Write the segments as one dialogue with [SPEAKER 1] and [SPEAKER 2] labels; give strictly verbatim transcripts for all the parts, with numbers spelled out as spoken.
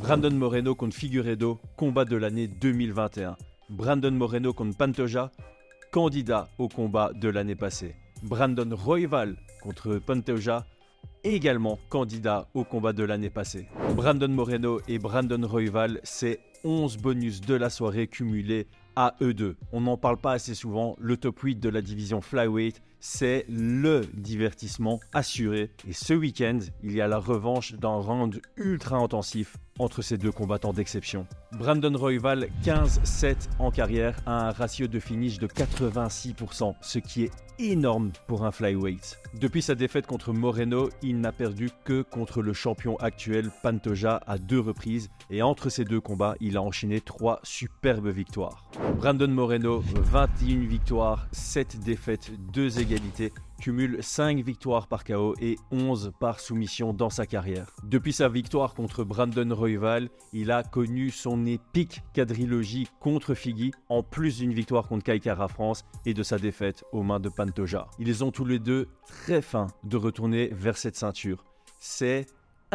[SPEAKER 1] Brandon Moreno contre Figueiredo, combat de l'année deux mille vingt et un. Brandon Moreno contre Pantoja, candidat au combat de l'année passée. Brandon Royval contre Pantoja, également candidat au combat de l'année passée. Brandon Moreno et Brandon Royval, c'est onze bonus de la soirée cumulés à eux deux. On n'en parle pas assez souvent, le top huit de la division Flyweight, c'est le divertissement assuré. Et ce week-end, il y a la revanche d'un round ultra intensif entre ces deux combattants d'exception. Brandon Royval, quinze sept en carrière, a un ratio de finish de quatre-vingt-six pour cent, ce qui est énorme pour un flyweight. Depuis sa défaite contre Moreno, il n'a perdu que contre le champion actuel Pantoja à deux reprises, et entre ces deux combats, il a enchaîné trois superbes victoires. Brandon Moreno, vingt et une victoires, sept défaites, deux égalités, cumule cinq victoires par K O et onze par soumission dans sa carrière. Depuis sa victoire contre Brandon Royval, il a connu son épique quadrilogie contre Figgy, en plus d'une victoire contre Kai Kara France et de sa défaite aux mains de Pantoja. Ils ont tous les deux très faim de retourner vers cette ceinture. C'est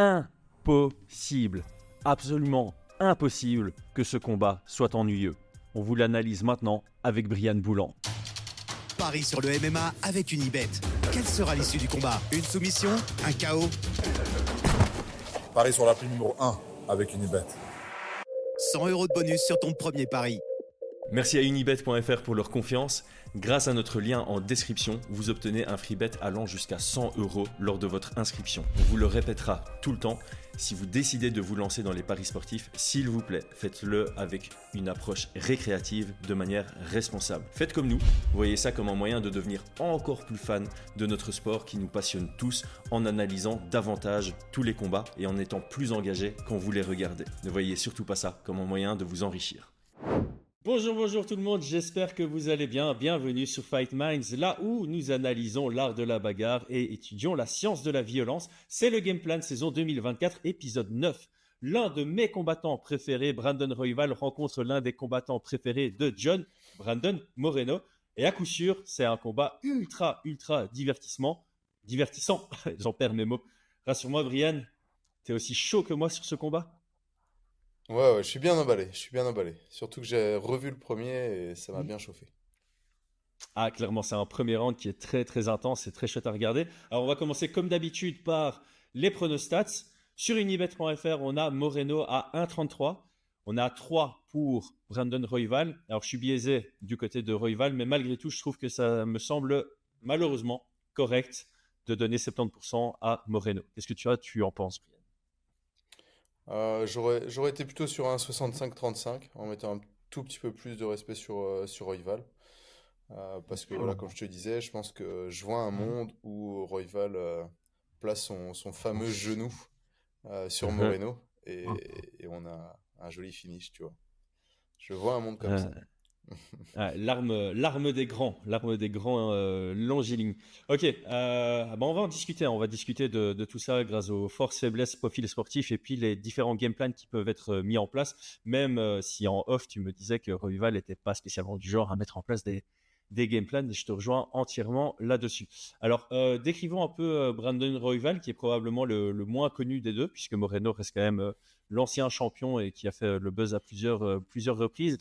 [SPEAKER 1] impossible, absolument impossible que ce combat soit ennuyeux. On vous l'analyse maintenant avec Brian Boulan.
[SPEAKER 2] Paris sur le M M A avec Unibet. Quelle sera l'issue du combat? Une soumission? Un K O?
[SPEAKER 3] Paris sur la prime numéro un avec Unibet.
[SPEAKER 2] cent euros de bonus sur ton premier pari.
[SPEAKER 1] Merci à unibet point f r pour leur confiance. Grâce à notre lien en description, vous obtenez un free bet allant jusqu'à cent euros lors de votre inscription. On vous le répétera tout le temps. Si vous décidez de vous lancer dans les paris sportifs, s'il vous plaît, faites-le avec une approche récréative de manière responsable. Faites comme nous, voyez ça comme un moyen de devenir encore plus fan de notre sport qui nous passionne tous en analysant davantage tous les combats et en étant plus engagé quand vous les regardez. Ne voyez surtout pas ça comme un moyen de vous enrichir. Bonjour, bonjour tout le monde, j'espère que vous allez bien. Bienvenue sur Fight Minds, là où nous analysons l'art de la bagarre et étudions la science de la violence. C'est le Game Plan saison deux mille vingt-quatre, épisode neuf. L'un de mes combattants préférés, Brandon Royval, rencontre l'un des combattants préférés de John, Brandon Moreno. Et à coup sûr, c'est un combat ultra, ultra divertissement. Divertissant, j'en perds mes mots. Rassure-moi, Brian, t'es aussi chaud que moi sur ce combat ?
[SPEAKER 3] Ouais, ouais, je suis bien emballé, je suis bien emballé. Surtout que j'ai revu le premier et ça m'a bien chauffé.
[SPEAKER 1] Ah, clairement, c'est un premier round qui est très, très intense et très chouette à regarder. Alors, on va commencer comme d'habitude par les pronostats. Sur unibet point f r, on a Moreno à un virgule trente-trois. On a trois pour Brandon Royval. Alors, je suis biaisé du côté de Royval, mais malgré tout, je trouve que ça me semble malheureusement correct de donner soixante-dix pour cent à Moreno. Qu'est-ce que tu, as, tu en penses, Brian ?
[SPEAKER 3] Euh, j'aurais, j'aurais été plutôt sur un soixante-cinq trente-cinq en mettant un tout petit peu plus de respect sur, euh, sur Royval. Euh, parce que voilà, comme je te disais, je pense que je vois un monde où Royval euh, place son, son fameux genou euh, sur Moreno et, et on a un joli finish, tu vois. Je vois un monde comme
[SPEAKER 1] Euh,
[SPEAKER 3] ça.
[SPEAKER 1] Ah, l'arme, l'arme des grands, l'arme des grands euh, longilignes. Ok, euh, bon, on va en discuter. On va discuter de, de tout ça grâce aux forces, faiblesses, profils sportifs et puis les différents game plans qui peuvent être mis en place. Même euh, si en off, tu me disais que Royval n'était pas spécialement du genre à mettre en place des, des game plans, et je te rejoins entièrement là-dessus. Alors, euh, décrivons un peu euh, Brandon Royval, qui est probablement le, le moins connu des deux, puisque Moreno reste quand même euh, l'ancien champion et qui a fait le buzz à plusieurs, euh, plusieurs reprises.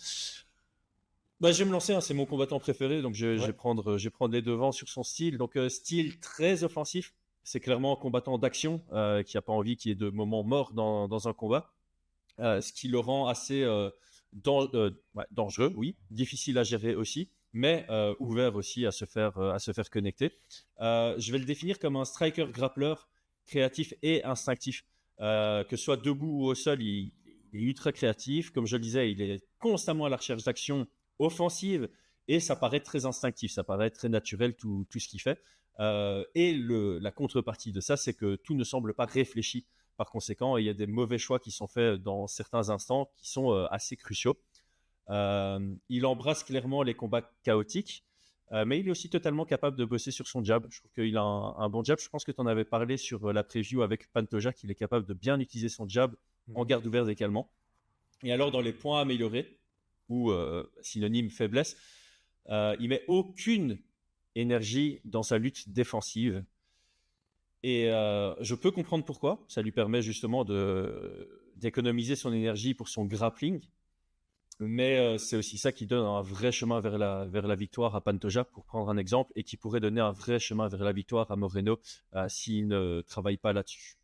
[SPEAKER 1] Bah, je vais me lancer, hein, c'est mon combattant préféré, donc je, ouais. je, vais prendre, je vais prendre les devants sur son style. Donc, euh, style très offensif, c'est clairement un combattant d'action euh, qui n'a pas envie qu'il y ait de moments morts dans, dans un combat, euh, ce qui le rend assez euh, dan- euh, ouais, dangereux, oui, difficile à gérer aussi, mais euh, ouvert aussi à se faire, euh, à se faire connecter. Euh, je vais le définir comme un striker grappleur créatif et instinctif, euh, que ce soit debout ou au sol, il, il est ultra créatif. Comme je le disais, il est constamment à la recherche d'action offensive et ça paraît très instinctif, ça paraît très naturel tout, tout ce qu'il fait. Euh, et le, la contrepartie de ça, c'est que tout ne semble pas réfléchi. Par conséquent, il y a des mauvais choix qui sont faits dans certains instants qui sont euh, assez cruciaux. Euh, il embrasse clairement les combats chaotiques, euh, mais il est aussi totalement capable de bosser sur son jab. Je trouve qu'il a un, un bon jab. Je pense que tu en avais parlé sur la preview avec Pantoja, qu'il est capable de bien utiliser son jab en garde ouverte également. Et alors, dans les points améliorés, ou euh, synonyme faiblesse, euh, il met aucune énergie dans sa lutte défensive. Et euh, je peux comprendre pourquoi. Ça lui permet justement de, d'économiser son énergie pour son grappling. Mais euh, c'est aussi ça qui donne un vrai chemin vers la, vers la victoire à Pantoja, pour prendre un exemple, et qui pourrait donner un vrai chemin vers la victoire à Moreno euh, s'il ne travaille pas là-dessus.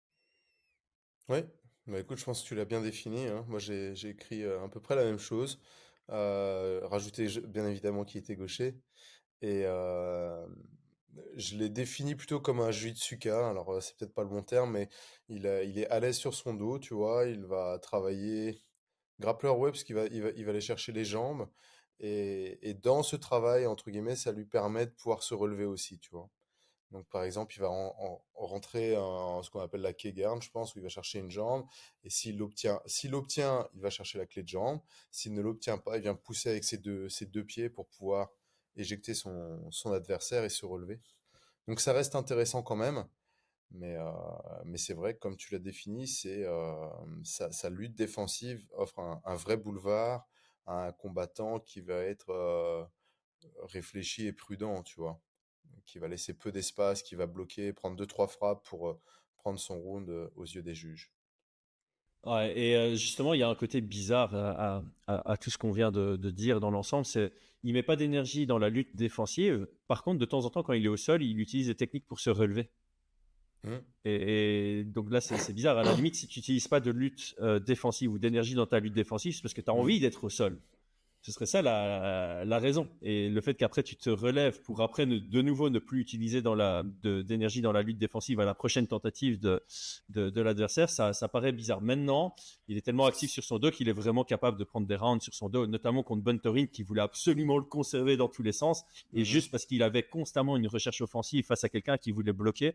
[SPEAKER 3] Ouais, bah écoute, je pense que tu l'as bien défini, hein. Moi, j'ai j'ai écrit euh, à peu près la même chose. Euh, rajouter je- bien évidemment qu'il était gaucher. Et euh, je l'ai défini plutôt comme un Jitsuka. Alors, euh, c'est peut-être pas le bon terme, mais il a- il est à l'aise sur son dos, tu vois. Il va travailler grappleur, ouais, parce qu'il va, il va, il va aller chercher les jambes. Et, et dans ce travail, entre guillemets, ça lui permet de pouvoir se relever aussi, tu vois. Donc, par exemple, il va en- en- en rentrer en ce qu'on appelle la K-guard, je pense, où il va chercher une jambe. Et s'il l'obtient, s'il l'obtient, il va chercher la clé de jambe. S'il ne l'obtient pas, il vient pousser avec ses deux, ses deux pieds pour pouvoir éjecter son, son adversaire et se relever. Donc, ça reste intéressant quand même. Mais, euh, mais c'est vrai que, comme tu l'as défini, c'est euh, sa, sa lutte défensive offre un, un vrai boulevard à un combattant qui va être euh, réfléchi et prudent, tu vois, qui va laisser peu d'espace, qui va bloquer, prendre deux, trois frappes pour euh, prendre son round euh, aux yeux des juges.
[SPEAKER 1] Ouais, et euh, justement, il y a un côté bizarre à, à- à- à tout ce qu'on vient de, de dire dans l'ensemble. C'est, il met pas d'énergie dans la lutte défensive. Par contre, de temps en temps, quand il est au sol, il utilise des techniques pour se relever.
[SPEAKER 3] Hmm.
[SPEAKER 1] Et, et donc là, c'est c'est bizarre. À la limite, si tu n'utilises pas de lutte euh, défensive ou d'énergie dans ta lutte défensive, c'est parce que tu as
[SPEAKER 3] Hmm.
[SPEAKER 1] envie d'être au sol. Ce serait ça la, la raison. Et le fait qu'après tu te relèves pour après ne- de nouveau ne plus utiliser dans la, de- d'énergie dans la lutte défensive à la prochaine tentative de, de, de l'adversaire, ça, ça paraît bizarre. Maintenant, il est tellement actif sur son dos qu'il est vraiment capable de prendre des rounds sur son dos, notamment contre Buntorin qui voulait absolument le conserver dans tous les sens. Et
[SPEAKER 3] Mhm.
[SPEAKER 1] juste parce qu'il avait constamment une recherche offensive face à quelqu'un qui voulait bloquer,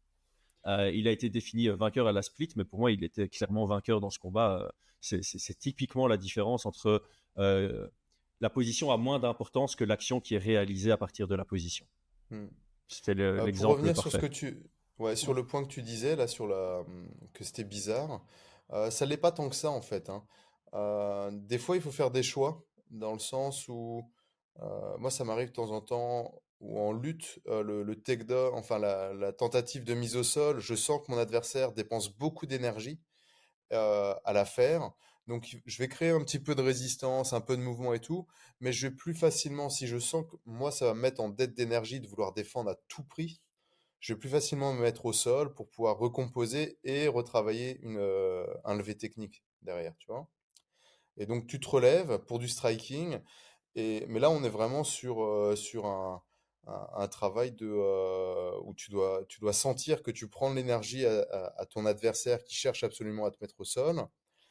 [SPEAKER 1] euh, il a été défini euh, vainqueur à la split, mais pour moi, il était clairement vainqueur dans ce combat. Euh, c'est, c'est- c'est typiquement la différence entre euh, la position a moins d'importance que l'action qui est réalisée à partir de la position.
[SPEAKER 3] Hmm.
[SPEAKER 1] C'était le-
[SPEAKER 3] Euh, pour
[SPEAKER 1] l'exemple
[SPEAKER 3] revenir sur ce
[SPEAKER 1] parfait.
[SPEAKER 3] que tu, ouais, sur le point que tu disais là, sur la, hum, que c'était bizarre, euh, ça l'est pas tant que ça en fait, hein. Euh, des fois, il faut faire des choix dans le sens où, euh, moi, ça m'arrive de temps en temps où en lutte, euh, le, le takedown, enfin la, la tentative de mise au sol, je sens que mon adversaire dépense beaucoup d'énergie euh, à la faire. Donc, je vais créer un petit peu de résistance, un peu de mouvement et tout, mais je vais plus facilement, si je sens que moi, ça va me mettre en dette d'énergie de vouloir défendre à tout prix, je vais plus facilement me mettre au sol pour pouvoir recomposer et retravailler une, euh, un lever technique derrière, tu vois. Et donc, tu te relèves pour du striking, et, mais là, on est vraiment sur, euh, sur un, un, un travail de, euh, où tu dois, tu dois sentir que tu prends l'énergie à, à- à ton adversaire qui cherche absolument à te mettre au sol.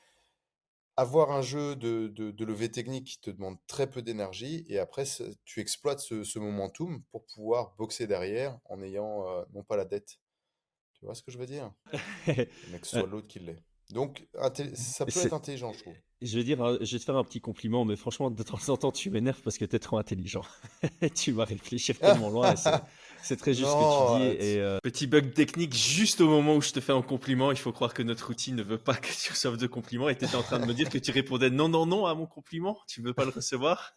[SPEAKER 3] Avoir un jeu de, de, de levée technique qui te demande très peu d'énergie, et après, ce- tu exploites ce, ce momentum pour pouvoir boxer derrière en ayant euh, non pas la dette. Tu vois ce que je veux dire? Mais que ce
[SPEAKER 1] Euh,
[SPEAKER 3] soit l'autre qui l'est. Donc, inté- ça peut être
[SPEAKER 1] c'est-
[SPEAKER 3] intelligent, je trouve.
[SPEAKER 1] je vais dire, un- je vais te faire un petit compliment, mais franchement, de temps en temps, tu m'énerves parce que tu es trop intelligent. Tu vas réfléchir tellement loin et c'est, c'est très juste ce que tu
[SPEAKER 3] Non,
[SPEAKER 1] dis.
[SPEAKER 3] arrête.
[SPEAKER 1] Et, euh, petit bug technique, juste au moment où je te fais un compliment, il faut croire que notre outil ne veut pas que tu reçoives de compliments et tu étais en train de me dire que tu répondais non, non, non à mon compliment. Tu veux pas le recevoir?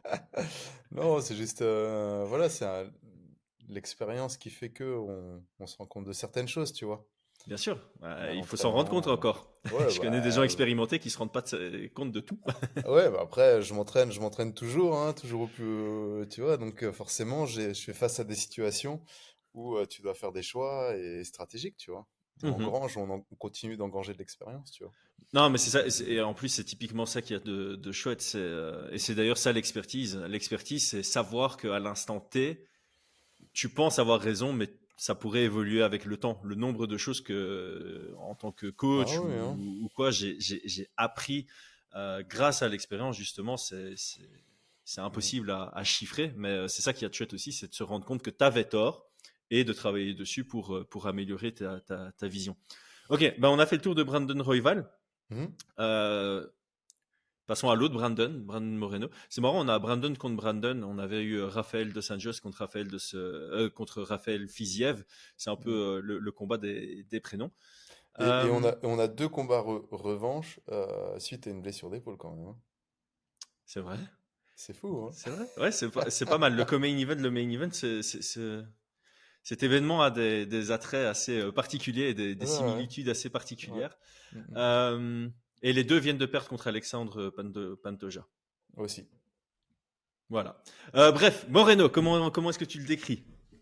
[SPEAKER 3] Non, c'est juste, euh, voilà, c'est un- l'expérience qui fait que on, on se rend compte de certaines choses, tu vois.
[SPEAKER 1] Bien sûr,
[SPEAKER 3] À
[SPEAKER 1] euh, il faut s'en rendre compte
[SPEAKER 3] l'entraînement.
[SPEAKER 1] encore.
[SPEAKER 3] euh. Ouais,
[SPEAKER 1] Je connais des gens
[SPEAKER 3] bah,
[SPEAKER 1] expérimentés qui se rendent pas de- compte de tout.
[SPEAKER 3] ouais, bah après, je m'entraîne, je m'entraîne toujours, hein, toujours au plus, euh, tu vois. Donc euh, forcément, j'ai, je fais face à des situations où euh, tu dois faire des choix et stratégiques, tu vois. On
[SPEAKER 1] Mhm.
[SPEAKER 3] engrange, on, en- on continue d'engranger de l'expérience, tu vois.
[SPEAKER 1] Non, mais c'est ça. Et c'est- et en plus, c'est typiquement ça qu'il y a de, de chouette. C'est, euh, et c'est d'ailleurs ça l'expertise. L'expertise, c'est savoir qu'à l'instant T, tu penses avoir raison, mais ça pourrait évoluer avec le temps. Le nombre de choses que, euh, en tant que
[SPEAKER 3] Ah
[SPEAKER 1] coach
[SPEAKER 3] oui, hein.
[SPEAKER 1] ou, ou quoi, j'ai, j'ai, j'ai appris euh, grâce à l'expérience, justement, c'est, c'est, c'est
[SPEAKER 3] Mm.
[SPEAKER 1] impossible à, à chiffrer, mais euh, c'est ça qui est chouette aussi, c'est de se rendre compte que tu avais tort et de travailler dessus pour, euh, pour améliorer ta, ta, ta vision. Ok, ben on a fait le tour de Brandon Royval.
[SPEAKER 3] Mhm.
[SPEAKER 1] Euh, Passons à l'autre Brandon, Brandon Moreno. C'est marrant, on a Brandon contre Brandon. On avait eu euh, Raphaël Dos Anjos contre Raphaël, de ce, euh, contre Raphaël Fiziev. C'est un peu
[SPEAKER 3] Mm.
[SPEAKER 1] euh, le, le combat des, des prénoms.
[SPEAKER 3] Et, et on
[SPEAKER 1] Euh,
[SPEAKER 3] a, on a deux combats re- revanche euh, suite à une blessure d'épaule quand même, hein.
[SPEAKER 1] c'est vrai,
[SPEAKER 3] C'est fou, hein.
[SPEAKER 1] c'est vrai. Ouais, c'est pas, c'est pas mal. Le co-main event, le main event, c'est, c'est, c'est, Cet événement a des, des attraits assez euh, particuliers et des, des
[SPEAKER 3] Ouais, ouais.
[SPEAKER 1] similitudes assez
[SPEAKER 3] Ouais.
[SPEAKER 1] particulières.
[SPEAKER 3] Mm, mm.
[SPEAKER 1] Euh, et les deux viennent de perdre contre Alexandre Panto- Pantoja.
[SPEAKER 3] Aussi.
[SPEAKER 1] Voilà. Euh, bref, Moreno, comment, comment est-ce que tu le décris?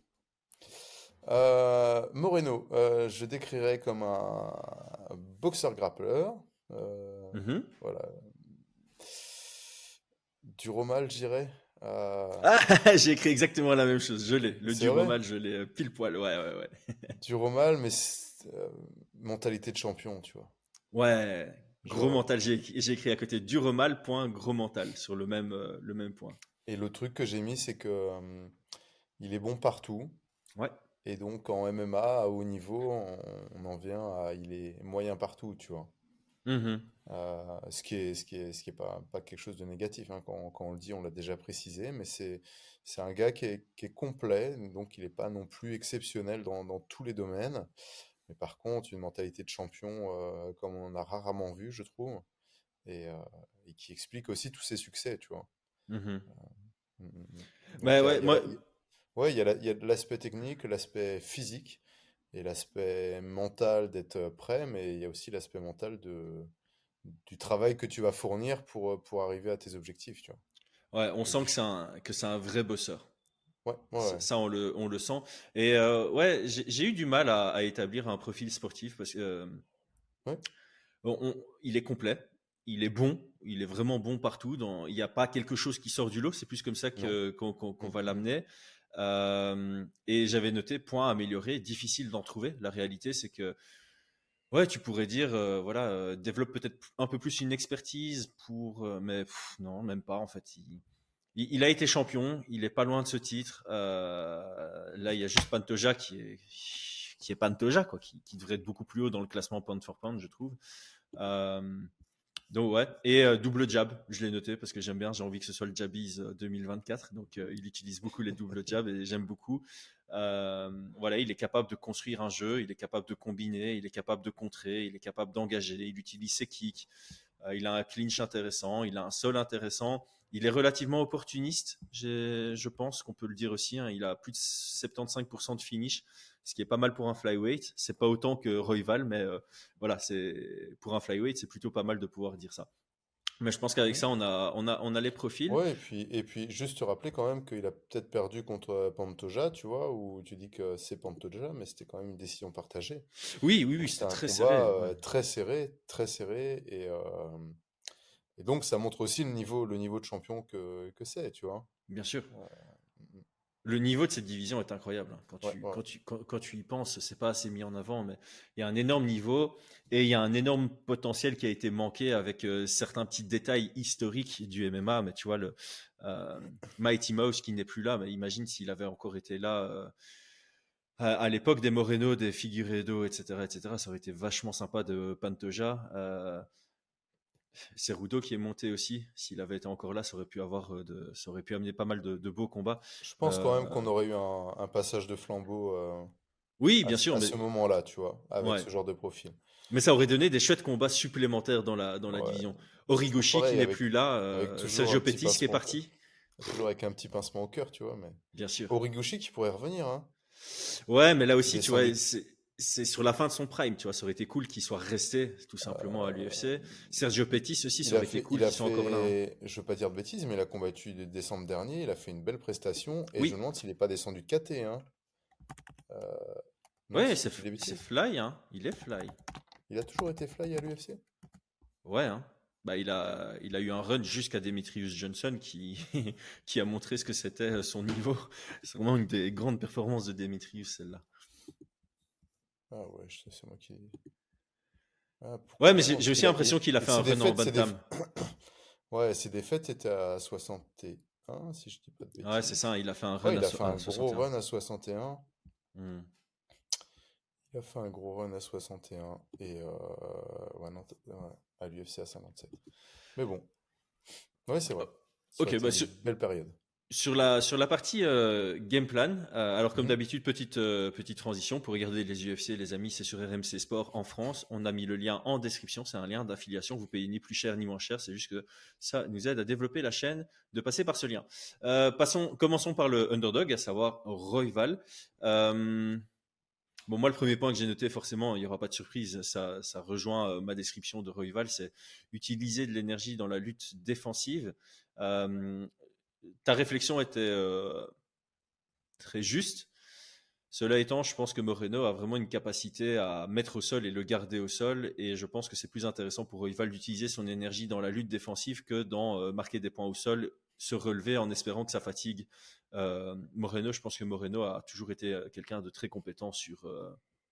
[SPEAKER 3] Euh, Moreno, euh, je décrirais comme un boxeur-grappleur. Euh,
[SPEAKER 1] Mhm.
[SPEAKER 3] voilà. Du Romal, je dirais. Euh,
[SPEAKER 1] Ah, j'ai écrit exactement la même chose. Je l'ai. Le
[SPEAKER 3] c'est vrai.
[SPEAKER 1] Duromal, je l'ai euh, pile poil. Ouais, ouais, ouais.
[SPEAKER 3] Du Romal, mais c'est, euh, mentalité de champion, tu vois.
[SPEAKER 1] Ouais. Gros
[SPEAKER 3] Genre,
[SPEAKER 1] mental. J'ai j'ai écrit à côté Duromal, point gros mental sur le même, euh, le même point.
[SPEAKER 3] et le truc que j'ai mis, c'est que euh, il est bon partout.
[SPEAKER 1] Ouais.
[SPEAKER 3] Et donc en M M A, à haut niveau, on, on en vient à il est moyen partout, tu vois.
[SPEAKER 1] Mhm.
[SPEAKER 3] Euh, ce qui est, ce qui est, ce qui est pas, pas quelque chose de négatif, hein. Quand, quand on le dit, on l'a déjà précisé, mais c'est, c'est un gars qui est, qui est complet, donc il n'est pas non plus exceptionnel dans, dans tous les domaines. Mais par contre, une mentalité de champion, euh, comme on en a rarement vu, je trouve, et, euh, et qui explique aussi tous ses succès, tu vois.
[SPEAKER 1] Mhm.
[SPEAKER 3] Mm, mm, mm. Donc
[SPEAKER 1] Bah
[SPEAKER 3] il y a,
[SPEAKER 1] ouais,
[SPEAKER 3] il y a la-
[SPEAKER 1] moi.
[SPEAKER 3] il y a- ouais, il y a la- il y a de l'aspect technique, l'aspect physique et l'aspect mental d'être prêt, mais il y a aussi l'aspect mental de, du travail que tu vas fournir pour, euh, pour arriver à tes objectifs, tu vois.
[SPEAKER 1] Ouais, on
[SPEAKER 3] Et
[SPEAKER 1] sent
[SPEAKER 3] du...
[SPEAKER 1] que c'est un, que c'est un vrai bosseur.
[SPEAKER 3] Ouais, ouais,
[SPEAKER 1] Ça,
[SPEAKER 3] ouais.
[SPEAKER 1] ça, on le, on le sent. Et euh, ouais, j'ai j'ai eu du mal à, à établir un profil sportif parce que euh,
[SPEAKER 3] Ouais,
[SPEAKER 1] on- on- il est complet, il est bon, il est vraiment bon partout. Dans, il n'y a pas quelque chose qui sort du lot. C'est plus comme ça
[SPEAKER 3] non.
[SPEAKER 1] que qu'on qu'on-
[SPEAKER 3] Mm,
[SPEAKER 1] qu'on va
[SPEAKER 3] mm,
[SPEAKER 1] l'amener. Euh, et j'avais noté point amélioré, difficile d'en trouver. La réalité, c'est que ouais, tu pourrais dire, euh, voilà, euh, développe peut-être un peu plus une expertise pour, euh, mais pff, non, même pas en fait. Il, il, il a été champion, il est pas loin de ce titre. Euh, là, il y a juste Pantoja qui est qui est Pantoja quoi, qui, qui devrait être beaucoup plus haut dans le classement pound for pound, je trouve. Euh, donc ouais, et euh, double jab, je l'ai noté parce que j'aime bien, j'ai envie que ce soit le Jabbies euh, deux mille vingt-quatre, donc euh, il utilise beaucoup les doubles jabs et j'aime beaucoup. Euh, voilà, il est capable de construire un jeu, il est capable de combiner, il est capable de contrer, il est capable d'engager, il utilise ses kicks, euh, il a un clinch intéressant, il a un sol intéressant, il est relativement opportuniste, je pense qu'on peut le dire aussi, hein, il a plus de soixante-quinze pour cent de finish, ce qui est pas mal pour un flyweight. C'est pas autant que Royval, mais euh, voilà, c'est pour un flyweight, c'est plutôt pas mal de pouvoir dire ça. Mais je pense qu'avec
[SPEAKER 3] mm.
[SPEAKER 1] ça, on a, on a, on a les profils.
[SPEAKER 3] Ouais, et puis, et puis juste te rappeler quand même qu'il a peut-être perdu contre euh, Pantoja, tu vois, où tu dis que c'est Pantoja, mais c'était quand même une décision partagée.
[SPEAKER 1] Oui, oui, oui,
[SPEAKER 3] Donc
[SPEAKER 1] c'était
[SPEAKER 3] c'était un
[SPEAKER 1] très
[SPEAKER 3] combat
[SPEAKER 1] serré. Ouais.
[SPEAKER 3] euh, très serré, très serré, et, euh, et donc ça montre aussi le niveau, le niveau de champion que, que c'est, tu vois.
[SPEAKER 1] Bien sûr.
[SPEAKER 3] Euh, mm, mm.
[SPEAKER 1] Le niveau de cette division est incroyable, hein. Quand
[SPEAKER 3] Ouais,
[SPEAKER 1] tu,
[SPEAKER 3] ouais.
[SPEAKER 1] quand tu, quand, quand tu y penses, c'est pas assez mis en avant, mais il y a un énorme niveau et il y a un énorme potentiel qui a été manqué avec euh, certains petits détails historiques du M M A. Mais tu vois, le euh, Mighty Mouse qui n'est plus là, mais imagine s'il avait encore été là euh, à, à l'époque des Moreno, des Figueiredo, et cetera, et cetera. Ça aurait été vachement sympa de Pantoja. Euh, c'est Rudo qui est monté aussi. S'il avait été encore là, ça aurait pu avoir euh, de, ça aurait pu amener pas mal de, de beaux combats.
[SPEAKER 3] Je pense quand même
[SPEAKER 1] Euh,
[SPEAKER 3] qu'on aurait eu un, un passage de flambeau euh,
[SPEAKER 1] oui,
[SPEAKER 3] à,
[SPEAKER 1] bien
[SPEAKER 3] ce
[SPEAKER 1] sûr,
[SPEAKER 3] à
[SPEAKER 1] mais
[SPEAKER 3] ce moment-là, tu vois, avec
[SPEAKER 1] ouais.
[SPEAKER 3] ce genre de profil.
[SPEAKER 1] Mais ça aurait donné des chouettes combats supplémentaires dans la, dans la
[SPEAKER 3] Ouais,
[SPEAKER 1] division.
[SPEAKER 3] toujours
[SPEAKER 1] Origoshi qui
[SPEAKER 3] pareil,
[SPEAKER 1] n'est
[SPEAKER 3] avec,
[SPEAKER 1] plus là,
[SPEAKER 3] avec
[SPEAKER 1] euh,
[SPEAKER 3] toujours un
[SPEAKER 1] Sergio
[SPEAKER 3] petit
[SPEAKER 1] Pettis qui est
[SPEAKER 3] pincement,
[SPEAKER 1] parti,
[SPEAKER 3] toujours avec un petit pincement au cœur, tu vois, mais
[SPEAKER 1] bien sûr.
[SPEAKER 3] Horiguchi qui pourrait revenir, hein.
[SPEAKER 1] Ouais, mais là
[SPEAKER 3] Il est
[SPEAKER 1] aussi, tu vois,
[SPEAKER 3] descendu.
[SPEAKER 1] c'est c'est sur la fin de son prime, tu vois, ça aurait été cool qu'il soit resté tout simplement à l'U F C.
[SPEAKER 3] euh,
[SPEAKER 1] Sergio Pettis aussi,
[SPEAKER 3] il
[SPEAKER 1] ça
[SPEAKER 3] a
[SPEAKER 1] aurait été
[SPEAKER 3] fait,
[SPEAKER 1] cool
[SPEAKER 3] il a
[SPEAKER 1] qu'il soit encore là, hein.
[SPEAKER 3] fait, je veux pas dire de bêtises, mais il a combattu de décembre dernier, il a fait une belle prestation, et je me
[SPEAKER 1] Oui,
[SPEAKER 3] demande s'il n'est pas descendu de K T, hein. Euh, non,
[SPEAKER 1] ouais,
[SPEAKER 3] si je
[SPEAKER 1] c'est
[SPEAKER 3] dis des
[SPEAKER 1] c'est
[SPEAKER 3] bêtises.
[SPEAKER 1] fly, hein. Il est fly.
[SPEAKER 3] Il a toujours été fly à l'U F C?
[SPEAKER 1] Ouais, hein. Bah, il a, il a eu un run jusqu'à Demetrius Johnson qui, qui a montré ce que c'était son niveau. C'est vraiment une des grandes performances de Demetrius, celle-là.
[SPEAKER 3] Ah ouais, je sais, c'est moi qui. Ah,
[SPEAKER 1] Ouais,
[SPEAKER 3] pourquoi?
[SPEAKER 1] mais
[SPEAKER 3] Ah
[SPEAKER 1] j'ai
[SPEAKER 3] non,
[SPEAKER 1] j'ai
[SPEAKER 3] parce
[SPEAKER 1] aussi
[SPEAKER 3] qu'il a. il-
[SPEAKER 1] l'impression qu'il a fait un
[SPEAKER 3] Ses
[SPEAKER 1] run en
[SPEAKER 3] défaites, ses déf-
[SPEAKER 1] bantam.
[SPEAKER 3] Ouais, ses défaites étaient à soixante et un, si je dis pas de
[SPEAKER 1] Ouais, c'est
[SPEAKER 3] bêtises.
[SPEAKER 1] ça, il a fait un run
[SPEAKER 3] Ouais,
[SPEAKER 1] à,
[SPEAKER 3] il a
[SPEAKER 1] so-
[SPEAKER 3] fait
[SPEAKER 1] à
[SPEAKER 3] un gros
[SPEAKER 1] soixante et un.
[SPEAKER 3] run à soixante et un.
[SPEAKER 1] Hmm.
[SPEAKER 3] Il a fait un gros run à soixante et un et euh, ouais, non, t- ouais, à l'U F C à cinquante-sept. Mais bon, ouais, c'est vrai. Ça aurait
[SPEAKER 1] Ok,
[SPEAKER 3] été
[SPEAKER 1] bah,
[SPEAKER 3] une
[SPEAKER 1] sur,
[SPEAKER 3] belle période.
[SPEAKER 1] Sur la, sur la partie euh, game plan, euh, alors comme
[SPEAKER 3] Mhm.
[SPEAKER 1] d'habitude, petite, euh, petite transition pour regarder les U F C, les amis, c'est sur R M C Sport en France. On a mis le lien en description, c'est un lien d'affiliation. Vous payez ni plus cher ni moins cher, c'est juste que ça nous aide à développer la chaîne de passer par ce lien. Euh, passons, commençons par le underdog, à savoir Royval. Euh, bon, moi, le premier point que j'ai noté, forcément, il n'y aura pas de surprise, ça, ça rejoint euh, ma description de Royval, c'est utiliser de l'énergie dans la lutte défensive. Euh, Ta réflexion était euh, très juste. Cela étant, je pense que Moreno a vraiment une capacité à mettre au sol et le garder au sol. Et je pense que c'est plus intéressant pour Royval d'utiliser son énergie dans la lutte défensive que dans euh, marquer des points au sol, se relever en espérant que ça fatigue euh, Moreno. Je pense que Moreno a toujours été euh, quelqu'un de très compétent sur, euh,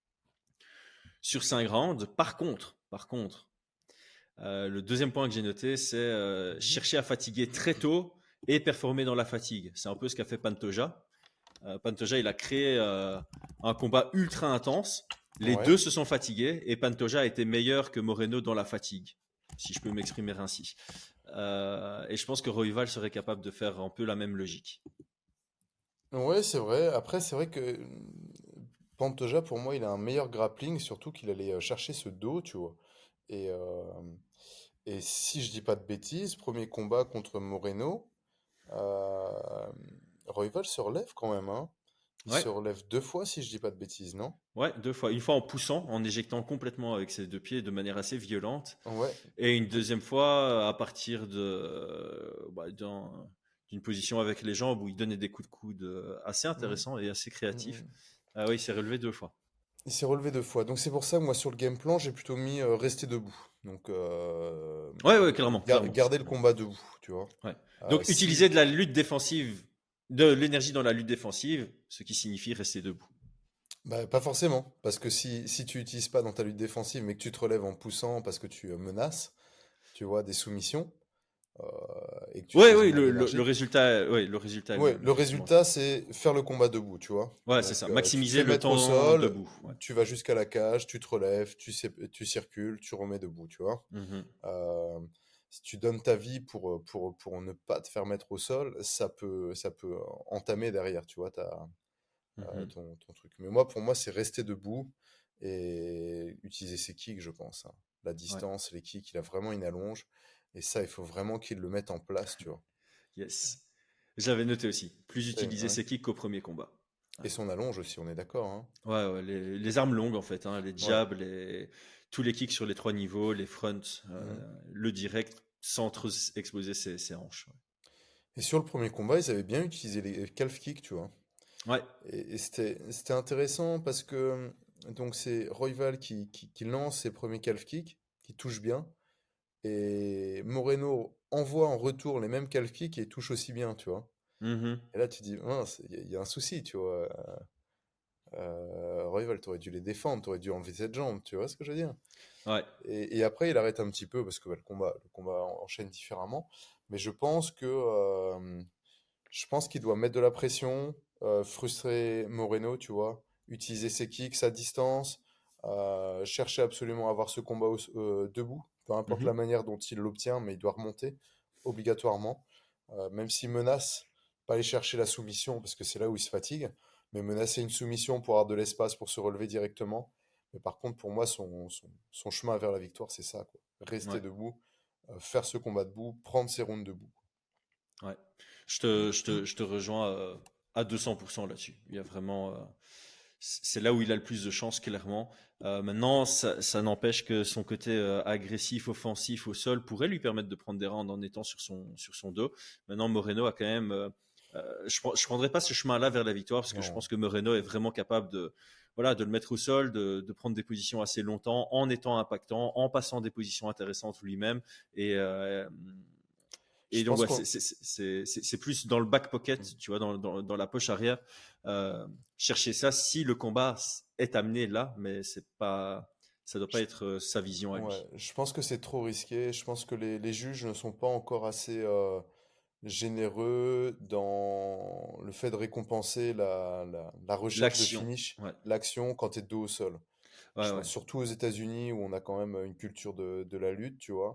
[SPEAKER 1] sur cinq rounds. Par contre, par contre, euh, le deuxième point que j'ai noté, c'est euh,
[SPEAKER 3] Mhm.
[SPEAKER 1] chercher à fatiguer très tôt et performer dans la fatigue. C'est un peu ce qu'a fait Pantoja. Euh, Pantoja, il a créé euh, un combat ultra intense. Les
[SPEAKER 3] Ouais.
[SPEAKER 1] deux se sont fatigués et Pantoja a été meilleur que Moreno dans la fatigue, si je peux m'exprimer ainsi. Euh, et je pense que Royval serait capable de faire un peu la même logique.
[SPEAKER 3] Ouais, c'est vrai. Après, c'est vrai que euh, Pantoja, pour moi, il a un meilleur grappling, surtout qu'il allait euh, chercher ce dos, tu vois. Et, euh, et si je dis pas de bêtises, premier combat contre Moreno, euh, Royval se relève quand même, hein. Il
[SPEAKER 1] Ouais,
[SPEAKER 3] se relève deux fois, si je dis pas de bêtises, non?
[SPEAKER 1] ouais, deux fois. Une fois en poussant, en éjectant complètement avec ses deux pieds de manière assez violente.
[SPEAKER 3] Ouais.
[SPEAKER 1] Et une
[SPEAKER 3] Deux-
[SPEAKER 1] deuxième fois à partir de, euh, bah, d'un- d'une position avec les jambes où il donnait des coups de coude assez
[SPEAKER 3] Mm,
[SPEAKER 1] intéressants et assez
[SPEAKER 3] mm,
[SPEAKER 1] créatifs.
[SPEAKER 3] mm.
[SPEAKER 1] Ah oui, il s'est relevé deux fois.
[SPEAKER 3] Il s'est relevé deux fois. Donc c'est pour ça que moi, sur le game plan, j'ai plutôt mis euh, rester debout. Donc euh,
[SPEAKER 1] Ouais, ouais, clairement,
[SPEAKER 3] gar-
[SPEAKER 1] clairement.
[SPEAKER 3] garder le combat debout, tu vois.
[SPEAKER 1] Ouais.
[SPEAKER 3] Euh,
[SPEAKER 1] Donc, utiliser
[SPEAKER 3] si,
[SPEAKER 1] de la lutte défensive, de l'énergie dans la lutte défensive, ce qui signifie rester debout.
[SPEAKER 3] Bah, pas forcément, parce que si, si tu n'utilises pas dans ta lutte défensive, mais que tu te relèves en poussant parce que tu euh, menaces, tu vois, des soumissions, euh, et que tu
[SPEAKER 1] Oui,
[SPEAKER 3] utilises
[SPEAKER 1] oui,
[SPEAKER 3] moins
[SPEAKER 1] le, le, le
[SPEAKER 3] d'énergie,
[SPEAKER 1] résultat, ouais, le résultat est le
[SPEAKER 3] ouais,
[SPEAKER 1] même,
[SPEAKER 3] le
[SPEAKER 1] effectivement.
[SPEAKER 3] résultat, c'est faire le combat debout, tu vois.
[SPEAKER 1] Ouais, c'est
[SPEAKER 3] Donc,
[SPEAKER 1] ça.
[SPEAKER 3] euh, tu te
[SPEAKER 1] Maximiser
[SPEAKER 3] fais
[SPEAKER 1] le
[SPEAKER 3] mettre au
[SPEAKER 1] temps
[SPEAKER 3] sol,
[SPEAKER 1] debout. Ouais.
[SPEAKER 3] tu vas jusqu'à la cage, tu te relèves, tu, sais- tu circules, tu remets debout, tu vois.
[SPEAKER 1] Mhm,
[SPEAKER 3] Euh, Si tu donnes ta vie pour, euh, pour, pour ne pas te faire mettre au sol, ça peut, ça peut entamer derrière, tu vois, ta, euh,
[SPEAKER 1] mhm.
[SPEAKER 3] ton, ton truc. Mais moi, pour moi, c'est rester debout et utiliser ses kicks, je pense, hein. La
[SPEAKER 1] Ouais.
[SPEAKER 3] distance, les kicks, il a vraiment une allonge. Et ça, il faut vraiment qu'il le mette en place, tu vois.
[SPEAKER 1] Yes. J'avais noté aussi. Plus
[SPEAKER 3] Et,
[SPEAKER 1] utiliser
[SPEAKER 3] ouais.
[SPEAKER 1] ses kicks qu'au premier combat. Ouais,
[SPEAKER 3] Et son allonge aussi, on est d'accord, hein.
[SPEAKER 1] ouais, ouais, les, les armes longues, en fait. Hein, les
[SPEAKER 3] Ouais.
[SPEAKER 1] jabs, les, tous les kicks sur les trois niveaux, les fronts,
[SPEAKER 3] Mhm.
[SPEAKER 1] euh, le direct, sans trop exposer ses, ses hanches.
[SPEAKER 3] Et sur le premier combat, ils avaient bien utilisé les calf kicks, tu vois.
[SPEAKER 1] Ouais.
[SPEAKER 3] Et, et c'était, c'était intéressant parce que donc c'est Royval qui, qui, qui lance ses premiers calf kicks, qui touche bien. Et Moreno envoie en retour les mêmes calf kicks et touche aussi bien, tu vois.
[SPEAKER 1] Mhm.
[SPEAKER 3] Et là, tu dis, mince, il y, a il y a un souci, tu vois. Euh, Royval, t'aurais dû les défendre, t'aurais dû enlever cette jambe, tu vois ce que je veux dire?
[SPEAKER 1] Ouais.
[SPEAKER 3] Et, et après, il arrête un petit peu parce que bah, le combat, le combat en- enchaîne différemment. Mais je pense que euh, je pense qu'il doit mettre de la pression, euh, frustrer Moreno, tu vois, utiliser ses kicks, sa distance, euh, chercher absolument à avoir ce combat au- euh, debout, peu importe la
[SPEAKER 1] Mhm.
[SPEAKER 3] manière dont il l'obtient, mais il doit remonter obligatoirement, Euh, même s'il menace, pas aller chercher la soumission parce que c'est là où il se fatigue, mais menacer une soumission pour avoir de l'espace pour se relever directement. Mais par contre, pour moi, son, son, son chemin vers la victoire, c'est ça, quoi. Rester
[SPEAKER 1] Ouais.
[SPEAKER 3] debout, euh, faire ce combat debout, prendre ses rounds debout.
[SPEAKER 1] Ouais. Je te, je te, je te rejoins euh, à deux cents pour cent là-dessus. Il y a vraiment, euh, c'est là où il a le plus de chance, clairement. Euh, maintenant, ça, ça n'empêche que son côté euh, agressif, offensif au sol pourrait lui permettre de prendre des rounds en étant sur son, sur son dos. Maintenant, Moreno a quand même. Euh, euh, je ne prendrai pas ce chemin-là vers la victoire parce que je
[SPEAKER 3] Non.
[SPEAKER 1] pense que Moreno est vraiment capable de, voilà, de le mettre au sol, de, de prendre des positions assez longtemps en étant impactant, en passant des positions intéressantes lui-même. Et, euh,
[SPEAKER 3] Je
[SPEAKER 1] et donc,
[SPEAKER 3] pense
[SPEAKER 1] ouais, c'est
[SPEAKER 3] qu'on
[SPEAKER 1] c'est- c'est- c'est- c'est plus dans le back pocket, tu vois, dans, dans, dans la poche arrière. Euh, chercher ça si le combat est amené là, mais c'est pas, ça doit pas
[SPEAKER 3] je
[SPEAKER 1] être euh, sa vision à
[SPEAKER 3] Ouais,
[SPEAKER 1] lui.
[SPEAKER 3] je pense que c'est trop risqué. Je pense que les, les juges ne sont pas encore assez euh, généreux dans le fait de récompenser la, la, la recherche de
[SPEAKER 1] L'action,
[SPEAKER 3] finish,
[SPEAKER 1] ouais,
[SPEAKER 3] l'action quand tu es dos au sol.
[SPEAKER 1] ouais,
[SPEAKER 3] Je
[SPEAKER 1] ouais.
[SPEAKER 3] pense surtout aux États-Unis où on a quand même une culture de, de la lutte, tu vois.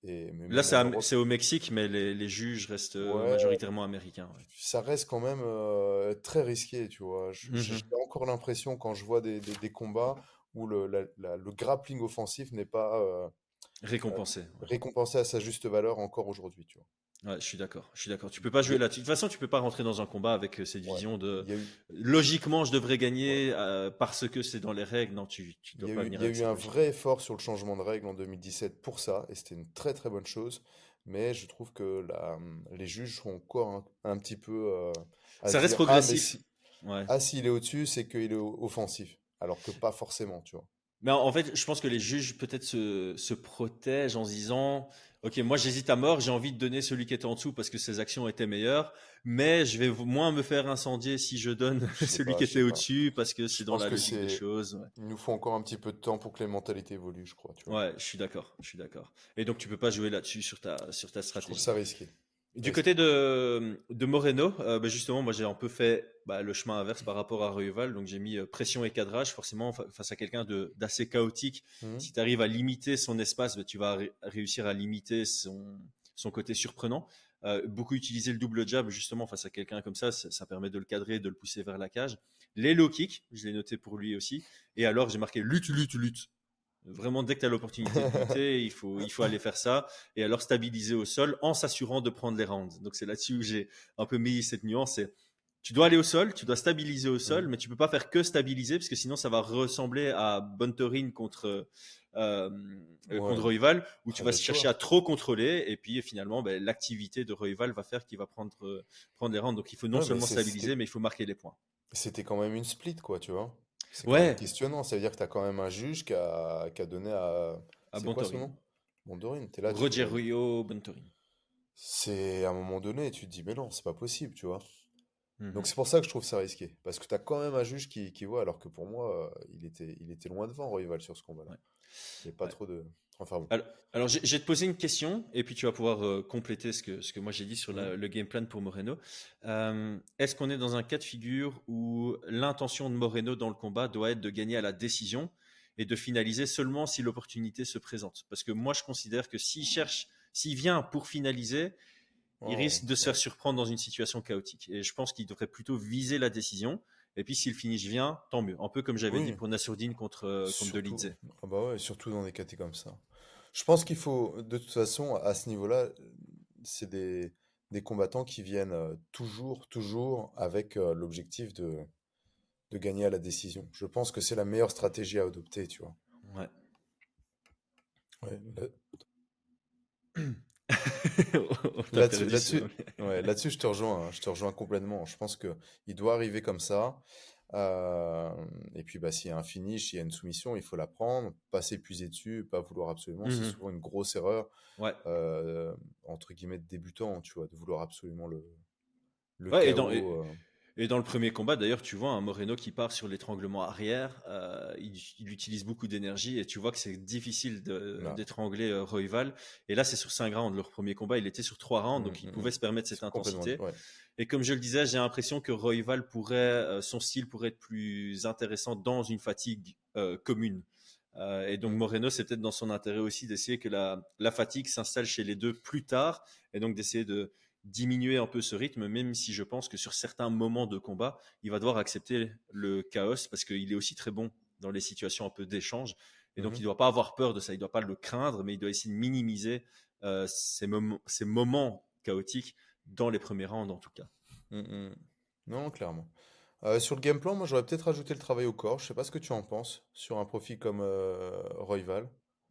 [SPEAKER 3] Et, mais
[SPEAKER 1] Là,
[SPEAKER 3] même
[SPEAKER 1] c'est
[SPEAKER 3] en
[SPEAKER 1] am-
[SPEAKER 3] Europe,
[SPEAKER 1] c'est au Mexique, mais les, les juges restent euh,
[SPEAKER 3] ouais,
[SPEAKER 1] majoritairement américains. Ouais.
[SPEAKER 3] ça reste quand même euh, très risqué, tu vois. Je- je- J'ai
[SPEAKER 1] Mhm.
[SPEAKER 3] encore l'impression quand je vois des, des- des combats où le, la- la- le grappling offensif n'est pas euh, euh,
[SPEAKER 1] Récompensé. Ouais.
[SPEAKER 3] récompensé à sa juste valeur encore aujourd'hui, tu vois.
[SPEAKER 1] Ouais, je suis d'accord. Je suis d'accord. Tu peux pas
[SPEAKER 3] Il y
[SPEAKER 1] jouer
[SPEAKER 3] a,
[SPEAKER 1] là-dessus. De toute façon, tu peux pas rentrer dans un combat avec euh, cette
[SPEAKER 3] ouais,
[SPEAKER 1] vision de
[SPEAKER 3] il y a eu,
[SPEAKER 1] logiquement, je devrais
[SPEAKER 3] ouais.
[SPEAKER 1] gagner euh, parce que c'est dans les règles. Non, tu, tu
[SPEAKER 3] Il y
[SPEAKER 1] dois
[SPEAKER 3] a
[SPEAKER 1] pas
[SPEAKER 3] eu,
[SPEAKER 1] venir
[SPEAKER 3] il y a
[SPEAKER 1] avec
[SPEAKER 3] eu
[SPEAKER 1] cette
[SPEAKER 3] un
[SPEAKER 1] logique.
[SPEAKER 3] vrai effort sur le changement de règles en deux mille dix-sept pour ça, et c'était une très très bonne chose. Mais je trouve que la- les juges sont encore un, un petit peu euh, à se
[SPEAKER 1] Ça reste
[SPEAKER 3] dire, ah mais
[SPEAKER 1] progressif.
[SPEAKER 3] si,
[SPEAKER 1] Ouais.
[SPEAKER 3] ah s'il est au-dessus, c'est qu'il est o- offensif, alors que pas forcément, tu vois.
[SPEAKER 1] Mais en en fait, je pense que les juges peut-être se, se protègent en se disant, OK, moi j'hésite à mort, j'ai envie de donner celui qui était en dessous parce que ses actions étaient meilleures, mais je vais v- moins me faire incendier si je donne
[SPEAKER 3] Je sais
[SPEAKER 1] celui
[SPEAKER 3] pas,
[SPEAKER 1] qui
[SPEAKER 3] je sais
[SPEAKER 1] était
[SPEAKER 3] pas.
[SPEAKER 1] au-dessus parce que
[SPEAKER 3] Je
[SPEAKER 1] c'est dans
[SPEAKER 3] pense
[SPEAKER 1] la
[SPEAKER 3] que
[SPEAKER 1] logique des
[SPEAKER 3] c'est,
[SPEAKER 1] choses. Ouais,
[SPEAKER 3] il nous faut encore un petit peu de temps pour que les mentalités évoluent, je crois, tu vois.
[SPEAKER 1] ouais, je suis d'accord, je suis d'accord. Et donc tu peux pas jouer là-dessus sur ta, sur ta
[SPEAKER 3] Je trouve
[SPEAKER 1] stratégie.
[SPEAKER 3] ça risqué,
[SPEAKER 1] Du côté
[SPEAKER 3] risqué.
[SPEAKER 1] de, de Moreno, euh, bah, justement, moi j'ai un peu fait bah, le chemin inverse par rapport à Royval. Donc j'ai mis euh, pression et cadrage. Forcément, fa- face à quelqu'un de- d'assez chaotique,
[SPEAKER 3] Mhm.
[SPEAKER 1] si tu arrives à limiter son espace, bah, tu vas ré- réussir à limiter son, son côté surprenant. Euh, beaucoup utiliser le double jab, justement, face à quelqu'un comme ça, ça, ça permet de le cadrer, de le pousser vers la cage. Les low kicks, je l'ai noté pour lui aussi. Et alors j'ai marqué lutte, lutte, lutte. Vraiment, dès que tu as l'opportunité de lutter, il faut, il faut aller faire ça. Et alors stabiliser au sol en s'assurant de prendre les rounds. Donc c'est là-dessus où j'ai un peu mis cette nuance. C'est, tu dois aller au sol, tu dois stabiliser au sol,
[SPEAKER 3] Mhm.
[SPEAKER 1] mais tu peux pas faire que stabiliser parce que sinon ça va ressembler à Bontorin contre euh, euh, contre
[SPEAKER 3] Ouais,
[SPEAKER 1] Royval où tu vas chercher à
[SPEAKER 3] Predator.
[SPEAKER 1] trop contrôler et puis finalement ben, l'activité de Royval va faire qu'il va prendre euh, prendre les rounds. Donc il faut non
[SPEAKER 3] Ouais, mais
[SPEAKER 1] seulement
[SPEAKER 3] c'est-
[SPEAKER 1] stabiliser,
[SPEAKER 3] c'était,
[SPEAKER 1] mais il faut marquer les points.
[SPEAKER 3] c'était quand même une split, quoi, tu vois. C'est quand même
[SPEAKER 1] Ouais,
[SPEAKER 3] questionnant. Ça veut dire que tu as quand même un juge qui a, qui a donné à.
[SPEAKER 1] à
[SPEAKER 3] C'est quoi son
[SPEAKER 1] Bontorin.
[SPEAKER 3] nom? Mondorine, t'es là, tu fais.
[SPEAKER 1] Rogerio Bontorin.
[SPEAKER 3] C'est à un moment donné, tu te dis, mais non, c'est pas possible, tu vois. Donc
[SPEAKER 1] Mhm.
[SPEAKER 3] c'est pour ça que je trouve ça risqué. Parce que tu as quand même un juge qui, qui voit, alors que pour moi, euh, il était, il était loin devant Royval sur ce combat-là.
[SPEAKER 1] Ouais.
[SPEAKER 3] Il n'y a pas
[SPEAKER 1] Ouais.
[SPEAKER 3] trop de. Enfin bon.
[SPEAKER 1] Alors, alors, je je vais te poser une question et puis tu vas pouvoir euh, compléter ce que, ce que moi j'ai dit sur
[SPEAKER 3] Mhm.
[SPEAKER 1] la- le game plan pour Moreno. Euh, est-ce qu'on est dans un cas de figure où l'intention de Moreno dans le combat doit être de gagner à la décision et de finaliser seulement si l'opportunité se présente? Parce que moi je considère que s'il cherche, s'il vient pour finaliser, il
[SPEAKER 3] Oh,
[SPEAKER 1] risque de se faire
[SPEAKER 3] ouais.
[SPEAKER 1] surprendre dans une situation chaotique. Et je pense qu'il devrait plutôt viser la décision. Et puis si le finish vient, tant mieux. Un peu comme j'avais dit
[SPEAKER 3] Oui,
[SPEAKER 1] pour Nassourdine contre, euh, contre
[SPEAKER 3] surtout.
[SPEAKER 1] Dolidze.
[SPEAKER 3] Ah bah ouais, surtout dans des catés comme ça. Je pense qu'il faut, de toute façon, à ce niveau-là, c'est des, des combattants qui viennent euh, toujours, toujours avec euh, l'objectif de, de gagner à la décision. Je pense que c'est la meilleure stratégie à adopter, tu vois.
[SPEAKER 1] Ouais.
[SPEAKER 3] Ouais, là-
[SPEAKER 1] On t'a
[SPEAKER 3] Là-dessus,
[SPEAKER 1] perdu
[SPEAKER 3] là-dessus,
[SPEAKER 1] sur...
[SPEAKER 3] ouais, là-dessus, je te rejoins, hein, je te rejoins complètement. Je pense que il doit arriver comme ça. euh, et puis, bah, s'il y a un finish, s'il y a une soumission, il faut la prendre, pas s'épuiser dessus, pas vouloir absolument. C'est
[SPEAKER 1] Mhm.
[SPEAKER 3] souvent une grosse erreur,
[SPEAKER 1] Ouais.
[SPEAKER 3] euh, entre guillemets, de débutant, tu vois, de vouloir absolument le, le
[SPEAKER 1] Ouais, et dans, et,
[SPEAKER 3] K O. euh.
[SPEAKER 1] et dans le premier combat, d'ailleurs, tu vois un Moreno qui part sur l'étranglement arrière. Euh, il, il utilise beaucoup d'énergie et tu vois que c'est difficile de-
[SPEAKER 3] Non.
[SPEAKER 1] d'étrangler euh, Royval. Et là, c'est sur cinq rounds. Leur premier combat, il était sur trois rounds,
[SPEAKER 3] Mm,
[SPEAKER 1] donc il
[SPEAKER 3] mm,
[SPEAKER 1] pouvait
[SPEAKER 3] mm.
[SPEAKER 1] se permettre cette
[SPEAKER 3] C'est complètement,
[SPEAKER 1] intensité.
[SPEAKER 3] ouais.
[SPEAKER 1] Et comme je le disais, j'ai l'impression que Royval pourrait, euh, son style pourrait être plus intéressant dans une fatigue euh, commune. Euh, et donc
[SPEAKER 3] Mm,
[SPEAKER 1] Moreno, c'est peut-être dans son intérêt aussi d'essayer que la, la fatigue s'installe chez les deux plus tard, et donc d'essayer de diminuer un peu ce rythme, même si je pense que sur certains moments de combat, il va devoir accepter le chaos, parce qu'il est aussi très bon dans les situations un peu d'échange, et donc il
[SPEAKER 3] mhm.
[SPEAKER 1] ne doit pas avoir peur de ça, il ne doit pas le craindre, mais il doit essayer de minimiser euh, ces, mom- ces moments chaotiques dans les premiers rounds en tout cas.
[SPEAKER 3] Mm, mm. Non, clairement. Euh, sur le game plan, moi j'aurais peut-être rajouté le travail au corps. Je sais pas ce que tu en penses sur un profil comme euh, Royval.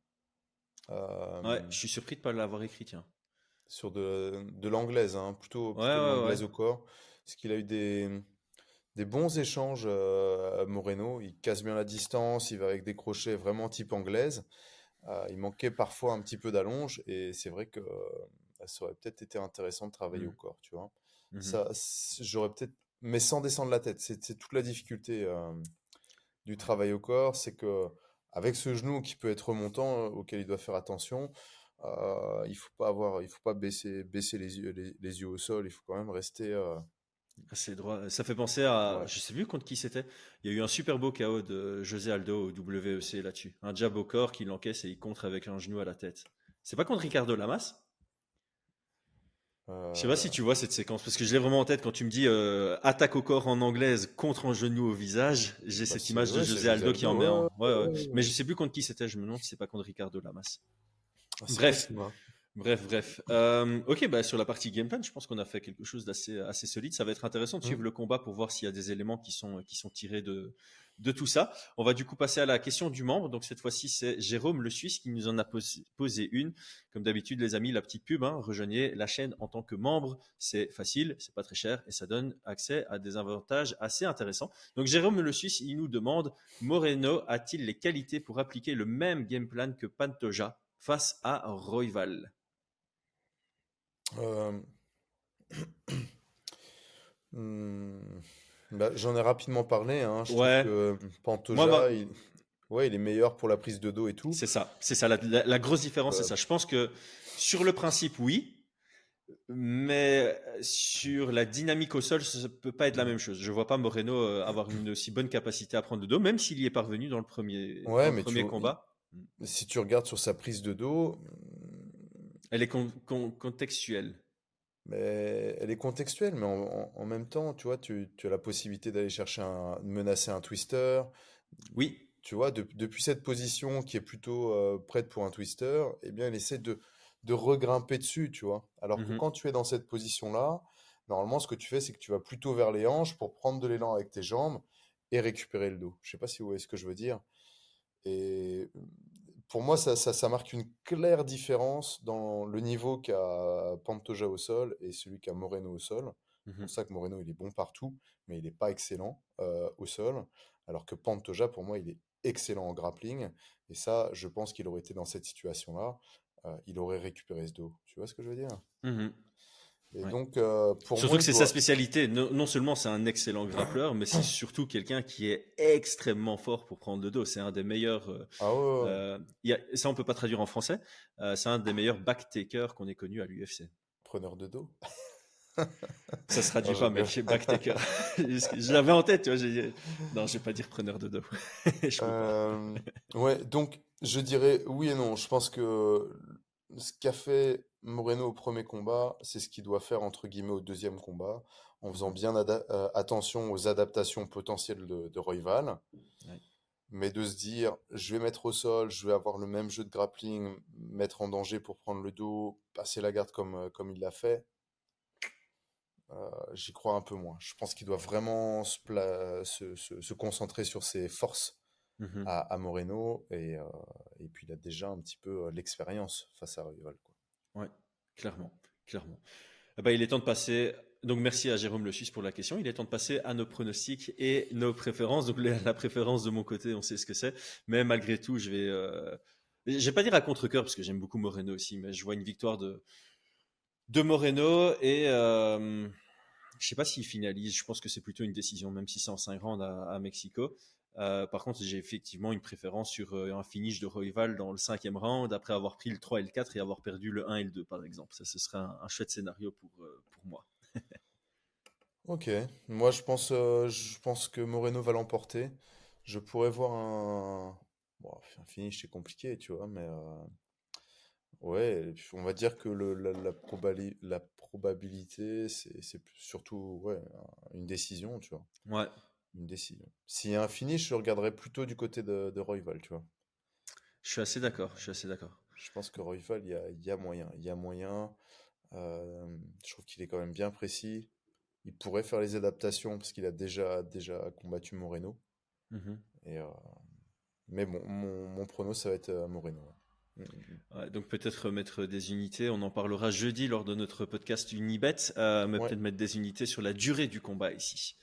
[SPEAKER 1] Ouais,
[SPEAKER 3] Euh,
[SPEAKER 1] je suis surpris de ne pas l'avoir écrit, tiens.
[SPEAKER 3] sur de, de l'anglaise, hein, plutôt,
[SPEAKER 1] Ouais,
[SPEAKER 3] plutôt de
[SPEAKER 1] ouais, ouais.
[SPEAKER 3] l'anglaise au corps. Parce qu'il a eu des, des bons échanges euh, à Moreno. Il casse bien la distance, il va avec des crochets vraiment type anglaise. Euh, il manquait parfois un petit peu d'allonge et c'est vrai que euh, ça aurait peut-être été intéressant de travailler au
[SPEAKER 1] Mhm,
[SPEAKER 3] corps, tu vois.
[SPEAKER 1] mhm.
[SPEAKER 3] Ça, c'est- j'aurais peut-être, mais sans descendre la tête. C'est c'est toute la difficulté euh, du travail au corps, c'est que avec ce genou qui peut être remontant, euh, auquel il doit faire attention, euh, il faut pas avoir, il faut pas baisser, baisser les yeux, les, les yeux au sol. Il faut quand même rester. euh,
[SPEAKER 1] C'est droit. Ça fait penser à,
[SPEAKER 3] ouais.
[SPEAKER 1] je sais plus contre qui c'était. Il y a eu un super beau K O de José Aldo au W E C là-dessus. Un jab au corps qui l'encaisse et il contre avec un genou à la tête. C'est pas contre Ricardo Lamas? Je sais pas si
[SPEAKER 3] Euh,
[SPEAKER 1] tu vois cette séquence, parce que je l'ai vraiment en tête quand tu me dis euh, attaque au corps en anglaise contre un genou au visage. J'ai
[SPEAKER 3] Bah
[SPEAKER 1] cette
[SPEAKER 3] c'est
[SPEAKER 1] image de
[SPEAKER 3] ouais, c'est
[SPEAKER 1] José
[SPEAKER 3] José
[SPEAKER 1] Aldo qui en met
[SPEAKER 3] Aldo.
[SPEAKER 1] en.
[SPEAKER 3] Ouais,
[SPEAKER 1] Ouais, ouais.
[SPEAKER 3] ouais, ouais,
[SPEAKER 1] Mais
[SPEAKER 3] ouais.
[SPEAKER 1] je sais plus contre qui c'était. Je me demande si c'est pas contre Ricardo Lamas.
[SPEAKER 3] Ah, c'est
[SPEAKER 1] Bref,
[SPEAKER 3] possible, hein.
[SPEAKER 1] bref, bref. Euh, ok, bah sur la partie game plan, je pense qu'on a fait quelque chose d'assez assez solide. Ça va être intéressant de suivre
[SPEAKER 3] Hmm.
[SPEAKER 1] le combat pour voir s'il y a des éléments qui sont, qui sont tirés de, de tout ça. On va du coup passer à la question du membre. Donc cette fois-ci, c'est Jérôme le Suisse qui nous en a posé, posé une. Comme d'habitude, les amis, la petite pub, hein, rejoignez la chaîne en tant que membre. C'est facile, c'est pas très cher et ça donne accès à des avantages assez intéressants. Donc Jérôme le Suisse, il nous demande, Moreno a-t-il les qualités pour appliquer le même game plan que Pantoja face à Royval?
[SPEAKER 3] Euh, hmm, bah, j'en ai rapidement parlé, hein. Je trouve
[SPEAKER 1] Ouais,
[SPEAKER 3] que
[SPEAKER 1] moi, ma-
[SPEAKER 3] Pantoja, il... Ouais, il est meilleur pour la prise de dos et tout.
[SPEAKER 1] c'est ça, c'est ça. La, la- la grosse différence, c'est
[SPEAKER 3] Euh,
[SPEAKER 1] ça. Je pense que sur le principe, oui, mais sur la dynamique au sol, ça peut pas être la
[SPEAKER 3] hmm.
[SPEAKER 1] même chose. Je vois pas Moreno euh, avoir une aussi bonne capacité à prendre le dos, même s'il y est parvenu dans le premier, dans
[SPEAKER 3] Ouais,
[SPEAKER 1] le
[SPEAKER 3] mais tu
[SPEAKER 1] premier
[SPEAKER 3] vois, il-
[SPEAKER 1] combat.
[SPEAKER 3] si tu regardes sur sa prise de dos, hmm,
[SPEAKER 1] Elle est con- con- contextuelle.
[SPEAKER 3] mais elle est contextuelle, mais en, en- en même temps, tu vois, tu, tu as la possibilité d'aller chercher un, de menacer un twister.
[SPEAKER 1] Oui.
[SPEAKER 3] Tu vois, de- depuis cette position qui est plutôt euh, prête pour un twister, eh bien, il essaie de, de regrimper dessus, tu vois. Alors que
[SPEAKER 1] Mhm,
[SPEAKER 3] quand tu es dans cette position-là, normalement, ce que tu fais, c'est que tu vas plutôt vers les hanches pour prendre de l'élan avec tes jambes et récupérer le dos. Je sais pas si vous voyez ce que je veux dire. Et pour moi, ça, ça, ça marque une claire différence dans le niveau qu'a Pantoja au sol et celui qu'a Moreno au sol. C'est
[SPEAKER 1] mhm.
[SPEAKER 3] pour ça que Moreno, il est bon partout, mais il n'est pas excellent euh, au sol. Alors que Pantoja, pour moi, il est excellent en grappling. Et ça, je pense qu'il aurait été dans cette situation-là, euh, il aurait récupéré ce dos. Tu vois ce que je veux dire?
[SPEAKER 1] Mhm.
[SPEAKER 3] Et
[SPEAKER 1] Ouais.
[SPEAKER 3] donc, euh, pour
[SPEAKER 1] Surtout
[SPEAKER 3] moi,
[SPEAKER 1] que
[SPEAKER 3] il
[SPEAKER 1] c'est sa
[SPEAKER 3] doit...
[SPEAKER 1] spécialité. Non, non seulement c'est un excellent grappleur, mais c'est surtout quelqu'un qui est extrêmement fort pour prendre le dos. C'est un des meilleurs. euh,
[SPEAKER 3] Ah ouais, ouais, ouais.
[SPEAKER 1] euh, il y a- ça, on peut pas traduire en français. Euh, c'est un des meilleurs backtakers qu'on ait connu à l'U F C.
[SPEAKER 3] Preneur de dos.
[SPEAKER 1] Ça se
[SPEAKER 3] Non,
[SPEAKER 1] traduit
[SPEAKER 3] je
[SPEAKER 1] pas,
[SPEAKER 3] rigole.
[SPEAKER 1] mec. Backtaker. Je l'avais en tête, tu vois. j'ai- Non, je vais pas dire preneur de dos. Je peux pas.
[SPEAKER 3] Euh, ouais, donc je dirais oui et non. Je pense que ce qu'a fait Moreno au premier combat, c'est ce qu'il doit faire entre guillemets au deuxième combat, en faisant
[SPEAKER 1] Mhm.
[SPEAKER 3] bien ada- euh, attention aux adaptations potentielles de, de Royval,
[SPEAKER 1] Ouais.
[SPEAKER 3] mais de se dire je vais mettre au sol, je vais avoir le même jeu de grappling, mettre en danger pour prendre le dos, passer la garde comme, euh, comme il l'a fait, euh, j'y crois un peu moins. Je pense qu'il doit vraiment se, pla- se, se- se concentrer sur ses forces
[SPEAKER 1] Mhm.
[SPEAKER 3] à, à Moreno et, euh, et puis il a déjà un petit peu euh, l'expérience face à Rival, quoi.
[SPEAKER 1] Ouais, clairement, clairement. Eh ben, il est temps de passer. Donc, merci à Jérôme Le Suisse pour la question. Il est temps de passer à nos pronostics et nos préférences. Donc, la, la préférence de mon côté, on sait ce que c'est. Mais malgré tout, je vais. Euh... Je vais pas dire à contre-cœur parce que j'aime beaucoup Moreno aussi, mais je vois une victoire de, de Moreno et euh, je sais pas s'il finalise. Je pense que c'est plutôt une décision, même si c'est en cinq rounds à, à Mexico. Euh, par contre, j'ai effectivement une préférence sur euh, un finish de Royval dans le cinquième round après avoir pris le trois et le quatre et avoir perdu le un et le deux, par exemple. Ça, ce serait un, un chouette scénario pour, euh, pour moi.
[SPEAKER 3] Ok, moi je pense, euh, je pense que Moreno va l'emporter. Je pourrais voir un... Bon, un finish c'est compliqué, tu vois, mais euh, ouais, et puis on va dire que le, la, la, probali- la probabilité, c'est c'est surtout ouais, un- une décision, tu vois.
[SPEAKER 1] Ouais,
[SPEAKER 3] Une décision. S'il y a un finish, je regarderai plutôt du côté de, de Royval, tu vois.
[SPEAKER 1] je suis assez d'accord. Je suis assez d'accord.
[SPEAKER 3] Je pense que Royval, il y a, il y a moyen. Il y a moyen. Euh, je trouve qu'il est quand même bien précis. Il pourrait faire les adaptations parce qu'il a déjà, déjà combattu Moreno.
[SPEAKER 1] Mhm.
[SPEAKER 3] Et, euh, mais bon, mon, mon prono, ça va être euh, Moreno. Ouais.
[SPEAKER 1] Ouais, donc peut-être mettre des unités. On en parlera jeudi lors de notre podcast Unibet, euh, mais
[SPEAKER 3] Ouais.
[SPEAKER 1] peut-être mettre des unités sur la durée du combat ici.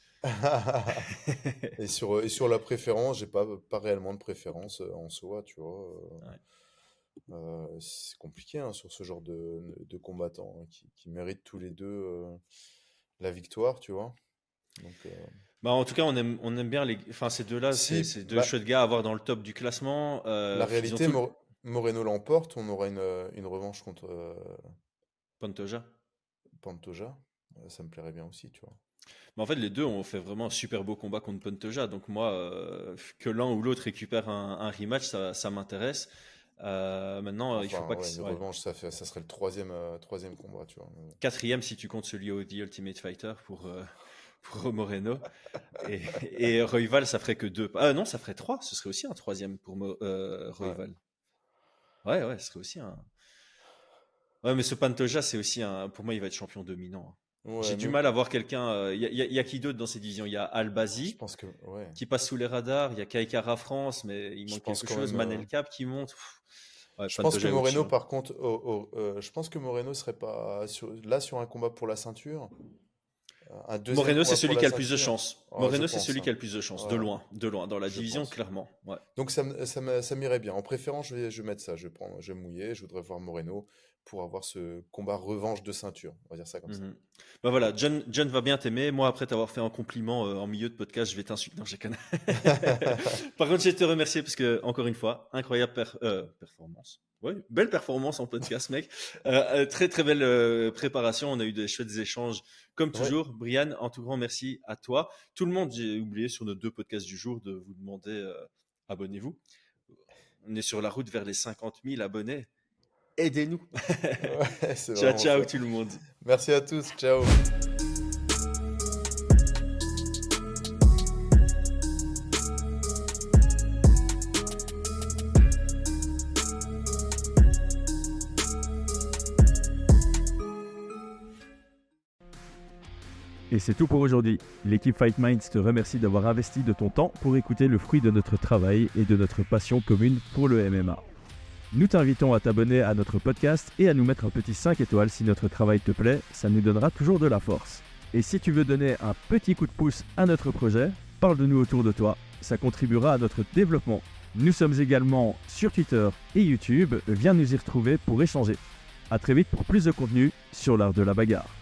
[SPEAKER 3] Et sur, et sur la préférence, j'ai pas, pas réellement de préférence euh, en soi, tu vois. euh,
[SPEAKER 1] Ouais.
[SPEAKER 3] euh, c'est compliqué hein, sur ce genre de, de combattants hein, qui, qui méritent tous les deux euh, la victoire, tu vois. Donc, euh,
[SPEAKER 1] Bah, en tout cas, on aime, on aime bien les. Enfin, ces deux-là, c'est
[SPEAKER 3] si
[SPEAKER 1] c'est deux
[SPEAKER 3] bah,
[SPEAKER 1] chouettes gars à avoir dans le top du classement.
[SPEAKER 3] la
[SPEAKER 1] Euh, ils ont
[SPEAKER 3] réalité,
[SPEAKER 1] tout.
[SPEAKER 3] Mor- Moreno l'emporte, on aura une, euh, une revanche contre euh,
[SPEAKER 1] Pantoja.
[SPEAKER 3] Pantoja. Euh, ça me plairait bien aussi, tu vois.
[SPEAKER 1] Mais en fait, les deux ont fait vraiment un super beau combat contre Pantoja. Donc moi, euh, que l'un ou l'autre récupère un, un rematch, ça, ça m'intéresse. Euh, maintenant,
[SPEAKER 3] Enfin,
[SPEAKER 1] il faut pas
[SPEAKER 3] ouais,
[SPEAKER 1] que.
[SPEAKER 3] une
[SPEAKER 1] Ouais.
[SPEAKER 3] revanche, ça, fait, ça serait le troisième, euh, troisième combat, tu vois.
[SPEAKER 1] Quatrième si tu comptes celui au The Ultimate Fighter pour, euh, pour Moreno. Et, et Royval, ça ferait que deux. Ah non, ça ferait trois. Ce serait aussi un troisième pour Mo- euh, Royval. Ouais. ouais, ouais, ce serait aussi un. Ouais, mais ce Pantoja, c'est aussi un. Pour moi, il va être champion dominant.
[SPEAKER 3] Ouais,
[SPEAKER 1] J'ai du
[SPEAKER 3] mais
[SPEAKER 1] mal à voir quelqu'un. Il euh, y, y, y a qui d'autre dans ces divisions? Il y a
[SPEAKER 3] je
[SPEAKER 1] Albazi
[SPEAKER 3] pense que, ouais.
[SPEAKER 1] qui passe sous les radars. Il y a Kaikara France, mais il
[SPEAKER 3] Je
[SPEAKER 1] manque
[SPEAKER 3] pense
[SPEAKER 1] quelque
[SPEAKER 3] quand
[SPEAKER 1] chose.
[SPEAKER 3] même, euh,
[SPEAKER 1] Manel Cap qui monte. Pff. Ouais,
[SPEAKER 3] Je pense que
[SPEAKER 1] Pantoja est
[SPEAKER 3] Moreno,
[SPEAKER 1] au-dessus, hein.
[SPEAKER 3] par contre, oh, oh, euh, je pense que Moreno serait pas sur, là sur un combat pour la ceinture. Euh, Un deuxième
[SPEAKER 1] Moreno, c'est
[SPEAKER 3] combat
[SPEAKER 1] celui
[SPEAKER 3] pour
[SPEAKER 1] qui
[SPEAKER 3] la
[SPEAKER 1] a le plus de
[SPEAKER 3] ceinture.
[SPEAKER 1] chances.
[SPEAKER 3] Oh, je
[SPEAKER 1] Moreno, c'est
[SPEAKER 3] pense,
[SPEAKER 1] celui
[SPEAKER 3] hein.
[SPEAKER 1] qui a le plus de chances. De
[SPEAKER 3] Ouais,
[SPEAKER 1] loin, de loin. Dans la
[SPEAKER 3] je
[SPEAKER 1] division,
[SPEAKER 3] pense.
[SPEAKER 1] clairement. Ouais.
[SPEAKER 3] Donc ça, me- ça, me- ça m'irait bien. En préférence, je vais, je vais mettre ça. Je vais prendre, je vais mouiller. Je voudrais voir Moreno pour avoir ce combat revanche de ceinture. On va dire ça comme ça.
[SPEAKER 1] Mhm. Bah voilà, John, John va bien t'aimer. Moi, après t'avoir fait un compliment euh, en milieu de podcast, je vais t'insulter. Non, j'ai connu. Par contre, je vais te remercier parce que, encore une fois, incroyable per- euh, performance. Ouais, belle performance en podcast, mec. Euh, euh, très, très belle euh, préparation. On a eu des chouettes échanges, comme
[SPEAKER 3] Ouais.
[SPEAKER 1] toujours. Brian, un tout grand merci à toi. Tout le monde, j'ai oublié sur nos deux podcasts du jour de vous demander euh, abonnez-vous. On est sur la route vers les cinquante mille abonnés. Aidez-nous.
[SPEAKER 3] Ouais, c'est
[SPEAKER 1] Ciao,
[SPEAKER 3] vraiment
[SPEAKER 1] ciao
[SPEAKER 3] ça.
[SPEAKER 1] tout le monde.
[SPEAKER 3] Merci à tous. Ciao.
[SPEAKER 4] Et c'est tout pour aujourd'hui. L'équipe Fight Minds te remercie d'avoir investi de ton temps pour écouter le fruit de notre travail et de notre passion commune pour le M M A. Nous t'invitons à t'abonner à notre podcast et à nous mettre un petit cinq étoiles si notre travail te plaît, ça nous donnera toujours de la force. Et si tu veux donner un petit coup de pouce à notre projet, parle de nous autour de toi, ça contribuera à notre développement. Nous sommes également sur Twitter et YouTube, viens nous y retrouver pour échanger. A très vite pour plus de contenu sur l'art de la bagarre.